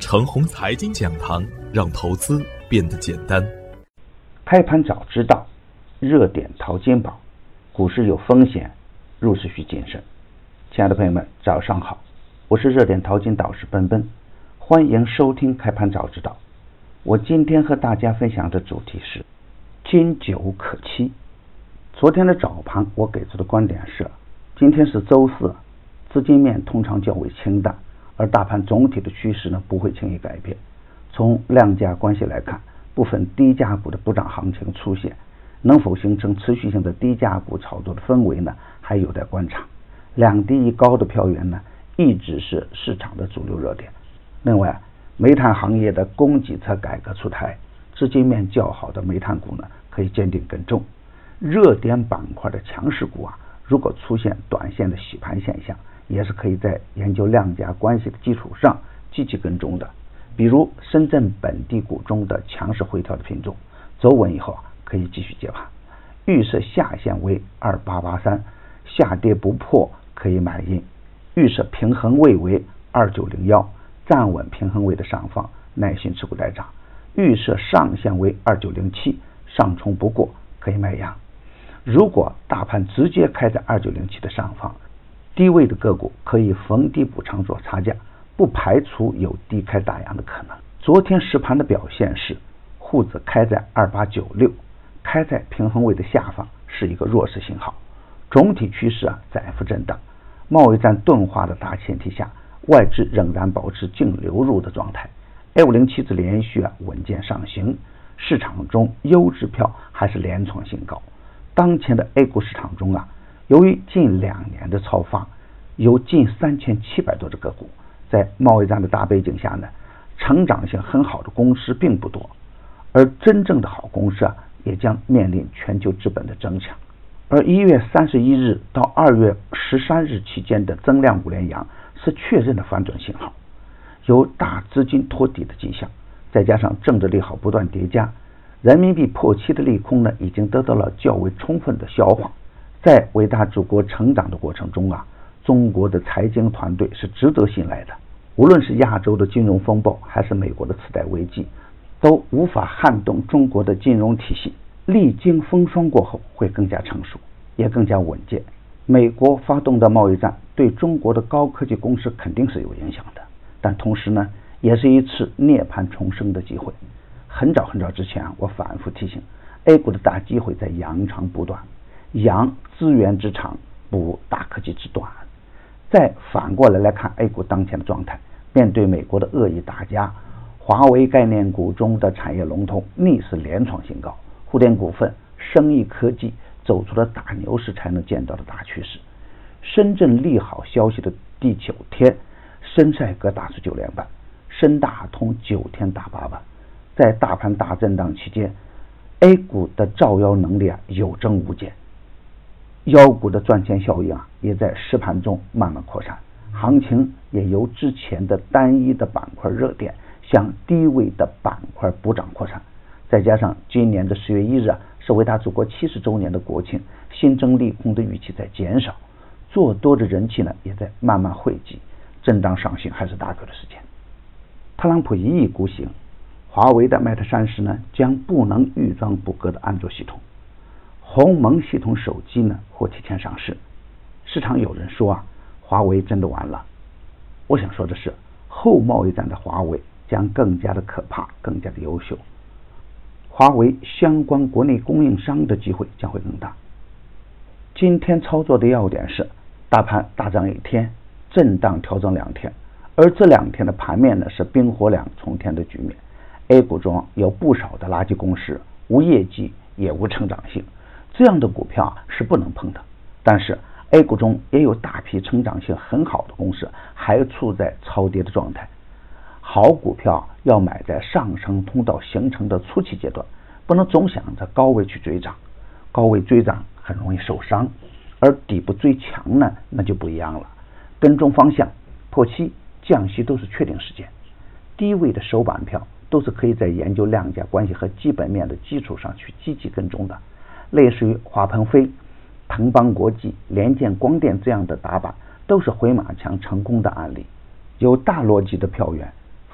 程红财经讲堂，让投资变得简单。 开盘早知道，热点淘金宝，股市有风险，入市需谨慎。亲爱的朋友们，早上好，我是热点淘金导师奔奔，欢迎收听开盘早知道。我今天和大家分享的主题是金九可期。昨天的早盘我给出的观点是，今天是周四，资金面通常较为清淡，而大盘总体的趋势呢不会轻易改变。从量价关系来看，部分低价股的补涨行情出现，能否形成持续性的低价股炒作的氛围呢，还有待观察。两低一高的票源呢，一直是市场的主流热点。另外，煤炭行业的供给侧改革出台，资金面较好的煤炭股呢，可以坚定跟踪。热点板块的强势股啊，如果出现短线的洗盘现象，也是可以在研究量价关系的基础上积极跟踪的。比如深圳本地股中的强势回调的品种，走稳以后啊，可以继续接盘。预设下限为2883，下跌不破可以买进。预设平衡位为2901，站稳平衡位的上方，耐心持股待涨。预设上限为2907，上冲不过可以卖压。如果大盘直接开在2907的上方，低位的个股可以逢低补仓做差价，不排除有低开打阳的可能。昨天实盘的表现是，沪指开在2896，开在平衡位的下方，是一个弱势信号。总体趋势载幅震荡。贸易战钝化的大前提下，外资仍然保持净流入的状态。A50期指连续稳健上行，市场中优质票还是连创新高。当前的 A 股市场中由于近2年的超发，有近3700多只个股，在贸易战的大背景下呢，成长性很好的公司并不多，而真正的好公司也将面临全球资本的增强。而1月31日到2月13日期间的增量5连阳是确认的反转信号，有大资金托底的迹象，再加上政治利好不断叠加，人民币破7的利空呢，已经得到了较为充分的消化。在伟大祖国成长的过程中中国的财经团队是值得信赖的。无论是亚洲的金融风暴，还是美国的次贷危机，都无法撼动中国的金融体系。历经风霜过后，会更加成熟，也更加稳健。美国发动的贸易战对中国的高科技公司肯定是有影响的，但同时呢，也是一次涅槃重生的机会。很早之前我反复提醒 A 股的大机会在扬长补短，扬资源之长，补大科技之短。再反过来看 A 股当前的状态，面对美国的恶意打压，华为概念股中的产业龙头逆势连创新高，互联股份、生意科技走出了大牛市才能见到的大趋势。深圳利好消息的第9天，深赛格打出9连板，深大通9天打8板。在大盘大震荡期间， A 股的造妖能力有增无减，妖股的赚钱效应也在实盘中慢慢扩散，行情也由之前的单一的板块热点向低位的板块补涨扩散。再加上今年的10月1日是伟大祖国70周年的国庆，新增利空的预期在减少，做多的人气呢也在慢慢汇集，震荡上行还是大概的时间。特朗普1亿股行，华为的 Mate 30呢将不能预装谷歌的安卓系统，鸿蒙系统手机呢或提前上市。市场有人说华为真的完了。我想说的是，后贸易战的华为将更加的可怕，更加的优秀。华为相关国内供应商的机会将会更大。今天操作的要点是，大盘大涨1天，震荡调整2天，而这2天的盘面呢是冰火两重天的局面。A 股中有不少的垃圾公司，无业绩也无成长性，这样的股票是不能碰的。但是 A 股中也有大批成长性很好的公司，还处在超跌的状态。好股票要买在上升通道形成的初期阶段，不能总想着高位去追涨，高位追涨很容易受伤，而底部追强呢，那就不一样了。跟踪方向，破7、降息都是确定事件，低位的首板票都是可以在研究量价关系和基本面的基础上去积极跟踪的。类似于华鹏飞、腾邦国际、联建光电这样的打板，都是回马枪成功的案例。有大逻辑的票源，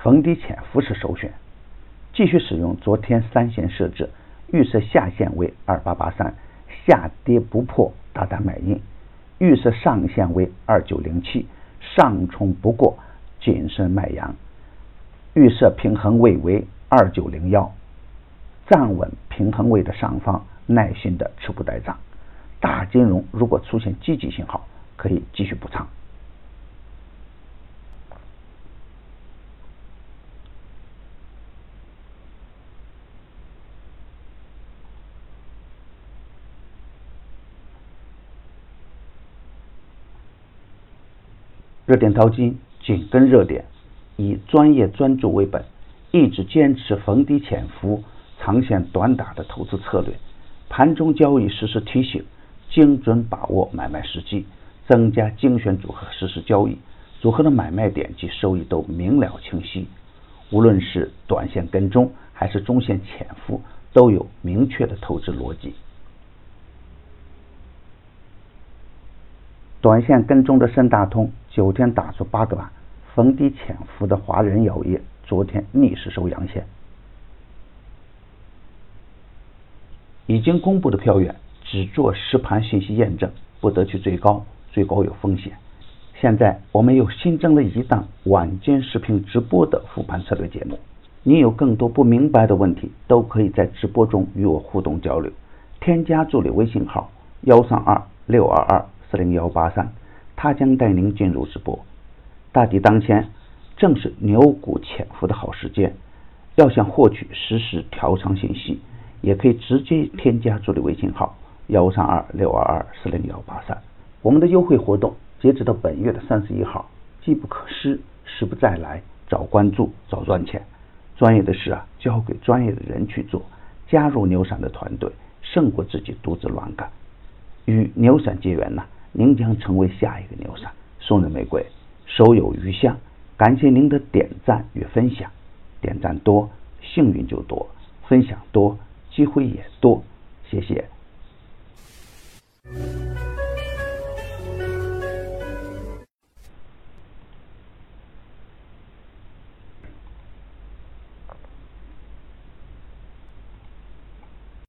逢低潜伏是首选。继续使用昨天3线设置，预设下限为2883，下跌不破大胆买进，预设上限为2907，上冲不过谨慎卖阳，预设平衡位为2901，站稳平衡位的上方，耐心的持股待涨。大金融如果出现积极信号，可以继续补仓。热点淘金紧跟热点，以专业专注为本，一直坚持逢低潜伏、长线短打的投资策略。盘中交易实时提醒，精准把握买卖时机，增加精选组合实时交易，组合的买卖点及收益都明了清晰。无论是短线跟踪还是中线潜伏，都有明确的投资逻辑。短线跟踪的深大通9天打出8个板，逢低潜伏的华人药业昨天逆势收阳线。已经公布的票源只做实盘信息验证，不得去追高，追高有风险。现在我们又新增了一档晚间视频直播的复盘策略节目，你有更多不明白的问题，都可以在直播中与我互动交流。添加助理微信号132-622-40183，他将带您进入直播。大敌当前，正是牛股潜伏的好时间。要想获取实时调仓信息，也可以直接添加助理微信号132-622-40183。我们的优惠活动截止到本月的31号，机不可失，时不再来，早关注早赚钱。专业的事交给专业的人去做，加入牛散的团队，胜过自己独自乱干。与牛散结缘您将成为下一个牛散。送人玫瑰，手有余香。感谢您的点赞与分享，点赞多，幸运就多；分享多，机会也多。谢谢。